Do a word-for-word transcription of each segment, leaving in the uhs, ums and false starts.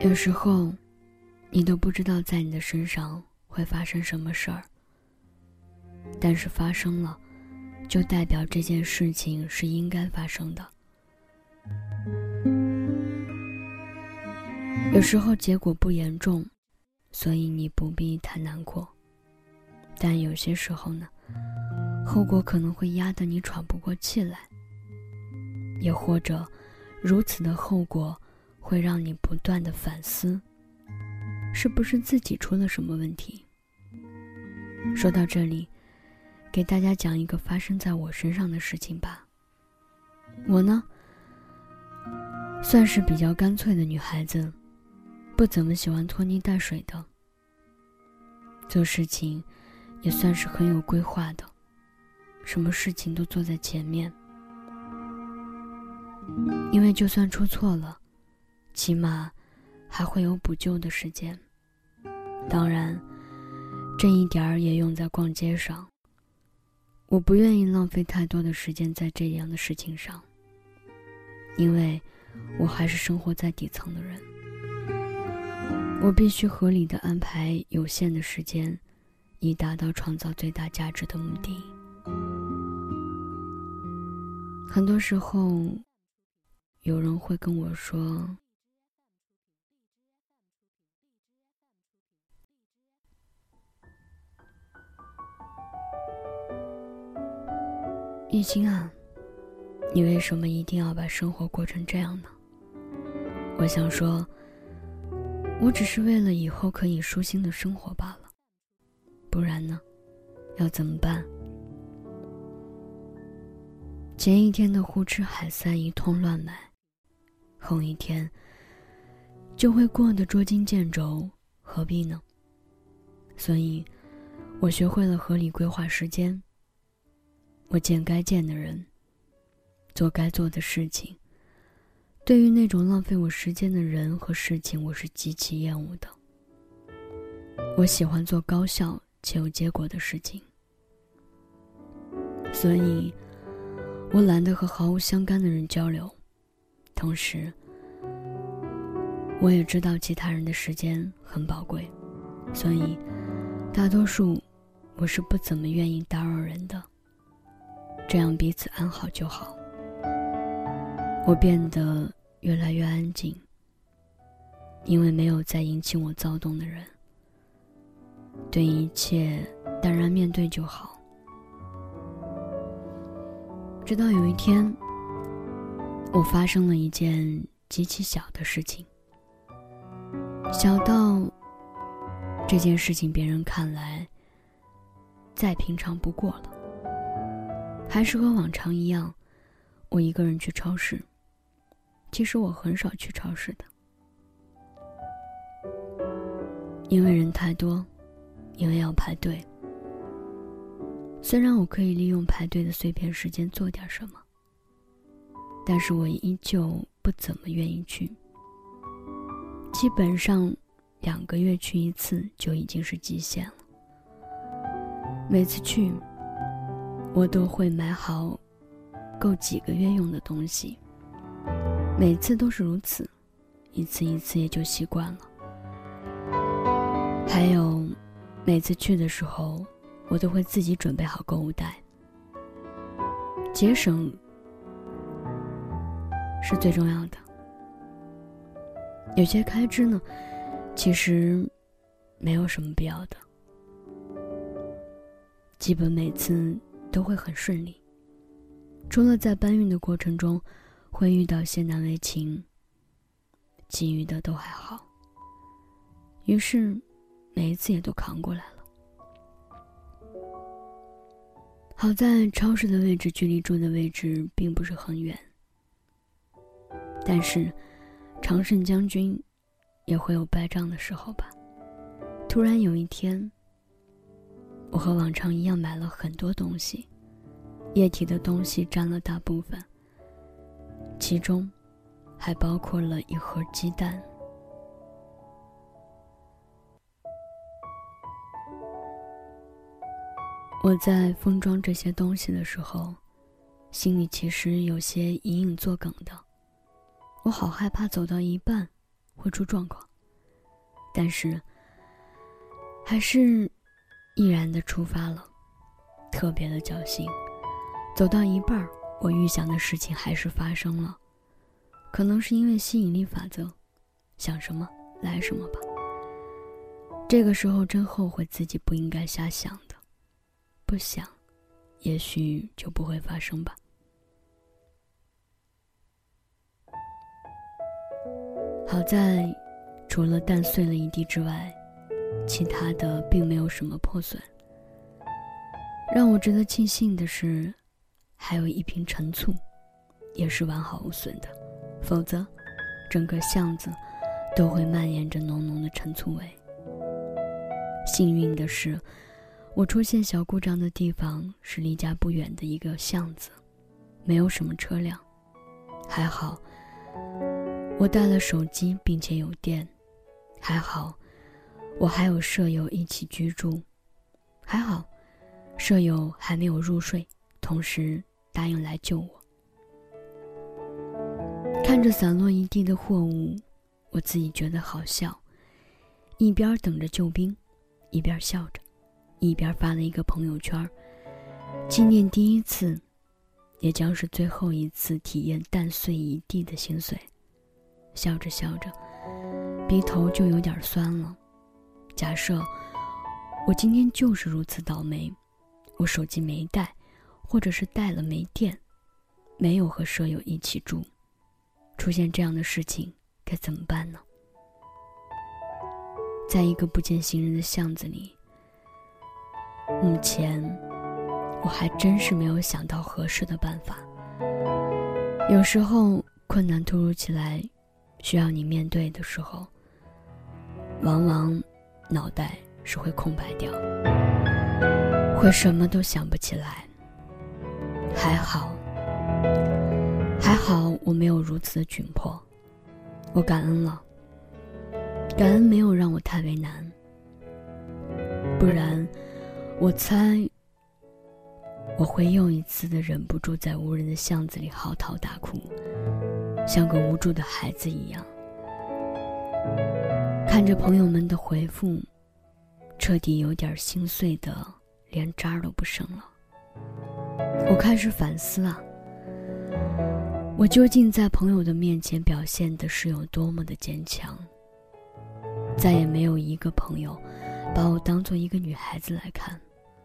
有时候你都不知道在你的身上会发生什么事儿，但是发生了，就代表这件事情是应该发生的。有时候结果不严重，所以你不必太难过，但有些时候呢，后果可能会压得你喘不过气来，也或者如此的后果会让你不断的反思，是不是自己出了什么问题。说到这里，给大家讲一个发生在我身上的事情吧。我呢，算是比较干脆的女孩子，不怎么喜欢拖泥带水的，做事情也算是很有规划的，什么事情都做在前面。因为就算出错了，起码还会有补救的时间。当然，这一点儿也用在逛街上。我不愿意浪费太多的时间在这样的事情上，因为我还是生活在底层的人。我必须合理地安排有限的时间，以达到创造最大价值的目的。很多时候，有人会跟我说，一心啊，你为什么一定要把生活过成这样呢？我想说，我只是为了以后可以舒心的生活罢了，不然呢，要怎么办？前一天的胡吃海塞一通乱买，后一天就会过得捉襟见肘，何必呢？所以我学会了合理规划时间，我见该见的人，做该做的事情。对于那种浪费我时间的人和事情，我是极其厌恶的。我喜欢做高效且有结果的事情，所以我懒得和毫无相干的人交流。同时，我也知道其他人的时间很宝贵，所以大多数我是不怎么愿意打扰人的，这样彼此安好就好。我变得越来越安静，因为没有再引起我躁动的人，对一切淡然面对就好。直到有一天，我发生了一件极其小的事情，小到这件事情别人看来再平常不过了。还是和往常一样，我一个人去超市。其实我很少去超市的，因为人太多，因为要排队。虽然我可以利用排队的碎片时间做点什么，但是我依旧不怎么愿意去。基本上两个月去一次就已经是极限了。每次去，我都会买好够几个月用的东西，每次都是如此，一次一次也就习惯了。还有，每次去的时候，我都会自己准备好购物袋。节省是最重要的。有些开支呢，其实没有什么必要的，基本每次都会很顺利，除了在搬运的过程中会遇到些难为情，其余的都还好。于是每一次也都扛过来了。好在超市的位置距离住的位置并不是很远，但是常胜将军也会有败仗的时候吧。突然有一天，我和往常一样买了很多东西，液体的东西占了大部分，其中还包括了一盒鸡蛋。我在封装这些东西的时候，心里其实有些隐隐作梗的。我好害怕走到一半会出状况， 但是还是毅然地出发了，特别的侥幸。走到一半，我预想的事情还是发生了，可能是因为吸引力法则，想什么来什么吧。这个时候真后悔自己不应该瞎想的，不想也许就不会发生吧。好在除了蛋碎了一地之外，其他的并没有什么破损。让我值得庆幸的是，还有一瓶陈醋也是完好无损的，否则整个巷子都会蔓延着浓浓的陈醋味。幸运的是，我出现小故障的地方是离家不远的一个巷子，没有什么车辆。还好我带了手机并且有电，还好我还有舍友一起居住，还好舍友还没有入睡，同时答应来救我。看着散落一地的货物，我自己觉得好笑，一边等着救兵，一边笑着，一边发了一个朋友圈，纪念第一次，也将是最后一次体验蛋碎一地的心碎。笑着笑着，鼻头就有点酸了。假设我今天就是如此倒霉，我手机没带，或者是带了没电，没有和舍友一起住，出现这样的事情该怎么办呢？在一个不见行人的巷子里，目前我还真是没有想到合适的办法。有时候困难突如其来，需要你面对的时候，往往脑袋是会空白掉，会什么都想不起来。还好还好我没有如此的窘迫，我感恩了，感恩没有让我太为难，不然我猜我会又一次的忍不住在无人的巷子里嚎啕大哭，像个无助的孩子一样。看着朋友们的回复，彻底有点心碎的连渣都不剩了。我开始反思啊，我究竟在朋友的面前表现的是有多么的坚强。再也没有一个朋友把我当作一个女孩子来看。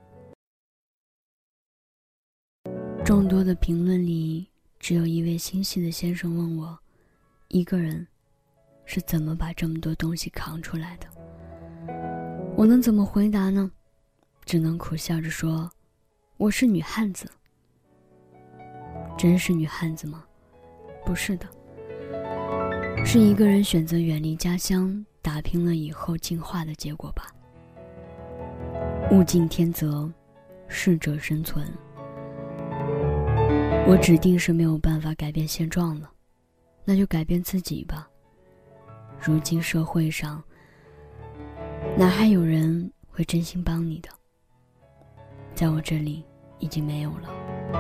众多的评论里，只有一位心细的先生问我，一个人是怎么把这么多东西扛出来的。我能怎么回答呢？只能苦笑着说，我是女汉子。真是女汉子吗？不是的，是一个人选择远离家乡，打拼了以后进化的结果吧。物竞天择，适者生存。我指定是没有办法改变现状了，那就改变自己吧。如今社会上，哪还有人会真心帮你的？在我这里已经没有了。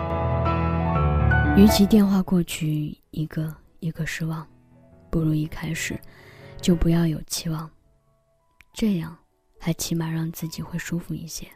与其电话过去一个一个失望，不如一开始就不要有期望，这样还起码让自己会舒服一些。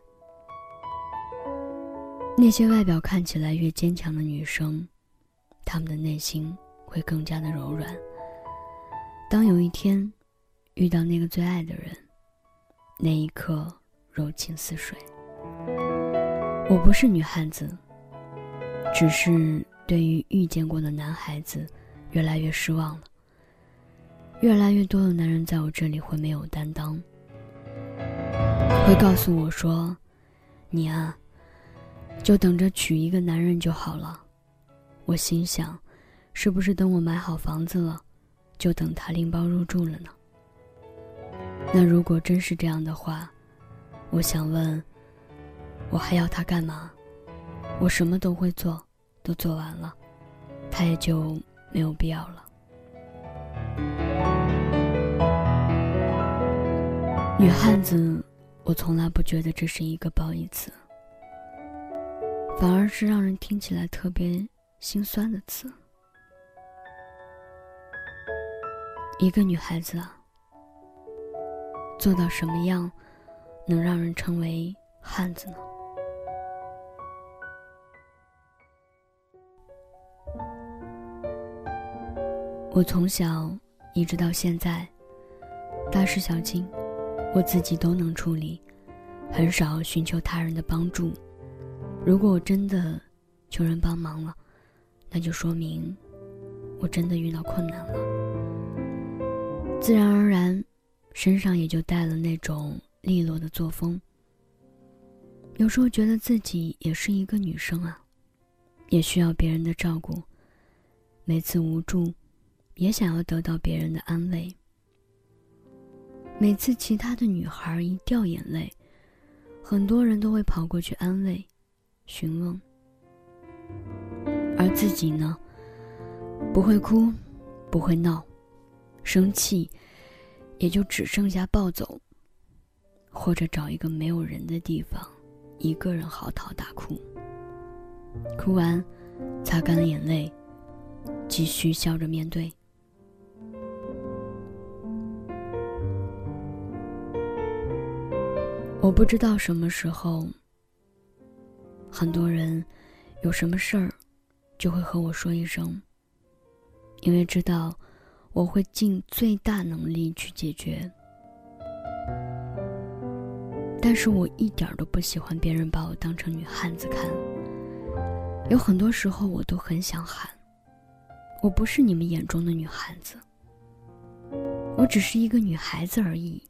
那些外表看起来越坚强的女生，她们的内心会更加的柔软。当有一天遇到那个最爱的人，那一刻柔情似水。我不是女汉子，只是对于遇见过的男孩子越来越失望了。越来越多的男人在我这里会没有担当，会告诉我说，你啊，就等着娶一个男人就好了。我心想，是不是等我买好房子了，就等他拎包入住了呢？那如果真是这样的话，我想问，我还要他干嘛？我什么都会做，都做完了，他也就没有必要了。女汉子，我从来不觉得这是一个褒义词，反而是让人听起来特别心酸的词。一个女孩子啊， 做到什么样能让人称为汉子呢？我从小一直到现在，大事小情我自己都能处理，很少寻求他人的帮助。如果我真的求人帮忙了，那就说明我真的遇到困难了，自然而然身上也就带了那种利落的作风。有时候觉得自己也是一个女生啊，也需要别人的照顾，每次无助也想要得到别人的安慰。每次其他的女孩一掉眼泪，很多人都会跑过去安慰询问，而自己呢，不会哭不会闹，生气也就只剩下暴走，或者找一个没有人的地方一个人嚎啕大哭，哭完擦干了眼泪，继续笑着面对。我不知道什么时候，很多人有什么事儿就会和我说一声，因为知道我会尽最大能力去解决。但是我一点都不喜欢别人把我当成女汉子看，有很多时候我都很想喊，我不是你们眼中的女汉子，我只是一个女孩子而已。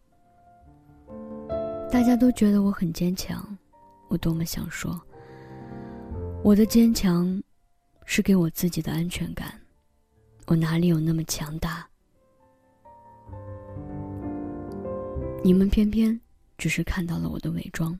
大家都觉得我很坚强，我多么想说，我的坚强是给我自己的安全感，我哪里有那么强大？你们偏偏只是看到了我的伪装。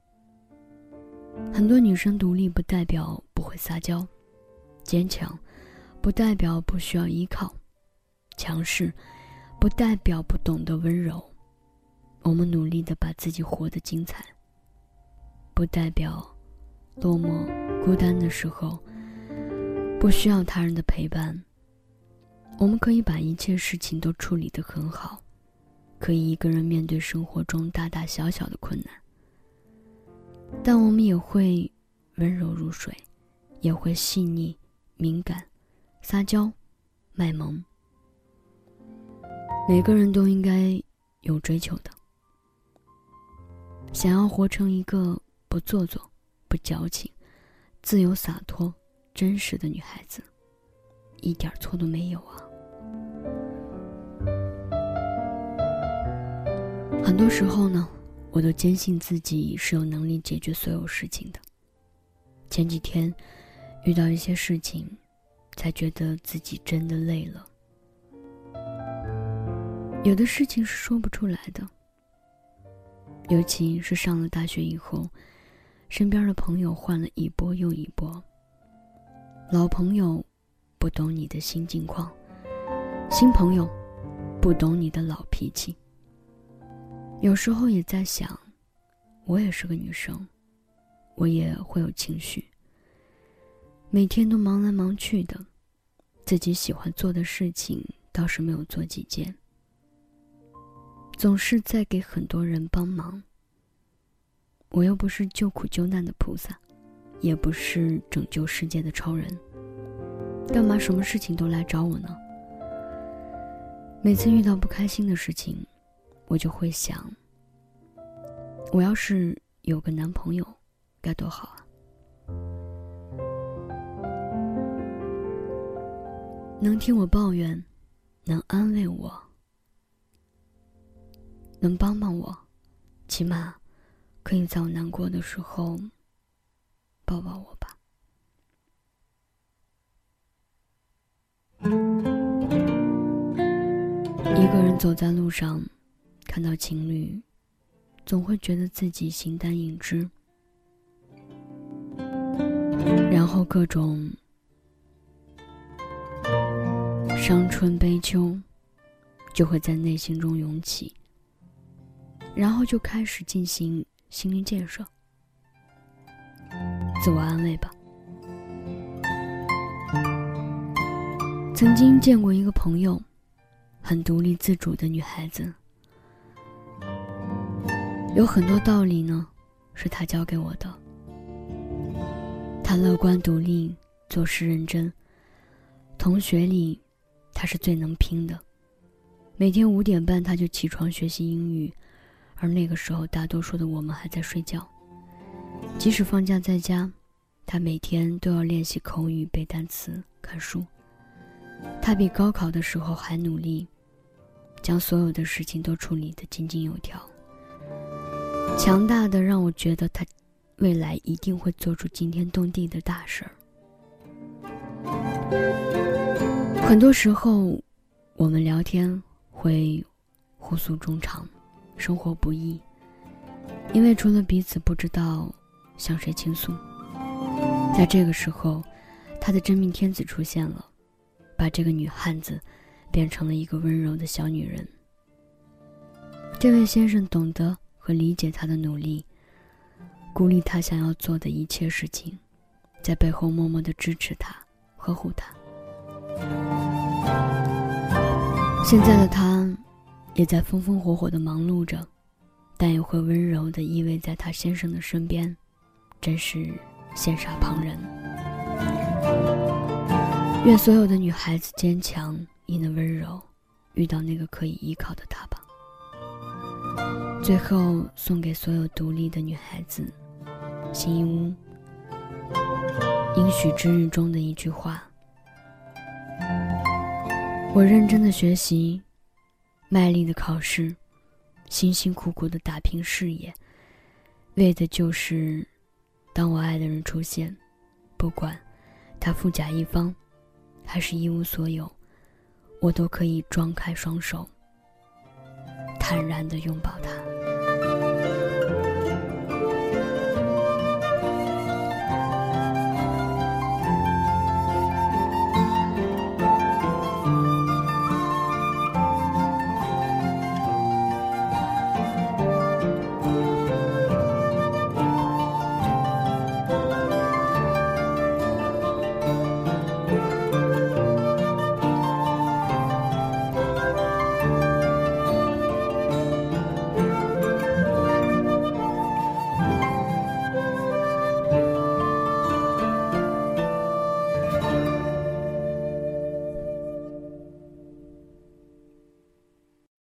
很多女生独立不代表不会撒娇，坚强不代表不需要依靠，强势不代表不懂得温柔。我们努力地把自己活得精彩，不代表落寞孤单的时候不需要他人的陪伴。我们可以把一切事情都处理得很好，可以一个人面对生活中大大小小的困难，但我们也会温柔如水，也会细腻敏感撒娇卖萌。每个人都应该有追求的，想要活成一个不做作不矫情自由洒脱真实的女孩子，一点错都没有啊。很多时候呢，我都坚信自己是有能力解决所有事情的。前几天遇到一些事情，才觉得自己真的累了。有的事情是说不出来的，尤其是上了大学以后，身边的朋友换了一波又一波，老朋友不懂你的新境况，新朋友不懂你的老脾气。有时候也在想，我也是个女生，我也会有情绪，每天都忙来忙去的，自己喜欢做的事情倒是没有做几件，总是在给很多人帮忙。我又不是救苦救难的菩萨，也不是拯救世界的超人，干嘛什么事情都来找我呢？每次遇到不开心的事情，我就会想，我要是有个男朋友该多好啊，能听我抱怨，能安慰我，能帮帮我，起码可以在我难过的时候抱抱我吧。一个人走在路上，看到情侣，总会觉得自己形单影只，然后各种伤春悲秋就会在内心中涌起，然后就开始进行心灵建设，自我安慰吧。曾经见过一个朋友，很独立自主的女孩子， 有很多道理呢，是他教给我的。他乐观独立，做事认真，同学里他是最能拼的。每天五点半他就起床学习英语，而那个时候大多数的我们还在睡觉。即使放假在家，他每天都要练习口语、背单词、看书。他比高考的时候还努力，将所有的事情都处理得井井有条。强大的让我觉得他未来一定会做出惊天动地的大事儿。很多时候我们聊天会互诉衷肠，生活不易，因为除了彼此不知道向谁倾诉。在这个时候，他的真命天子出现了，把这个女汉子变成了一个温柔的小女人。这位先生懂得和理解她的努力，鼓励她想要做的一切事情，在背后默默地支持她，呵护她。现在的她也在风风火火地忙碌着，但也会温柔地依偎在她先生的身边，真是羡煞旁人。愿所有的女孩子坚强亦能温柔，遇到那个可以依靠的他吧。最后送给所有独立的女孩子，新一屋应许之日中的一句话：我认真的学习，卖力的考试，辛辛苦苦的打拼事业，为的就是当我爱的人出现，不管他富甲一方还是一无所有，我都可以张开双手，坦然地拥抱他。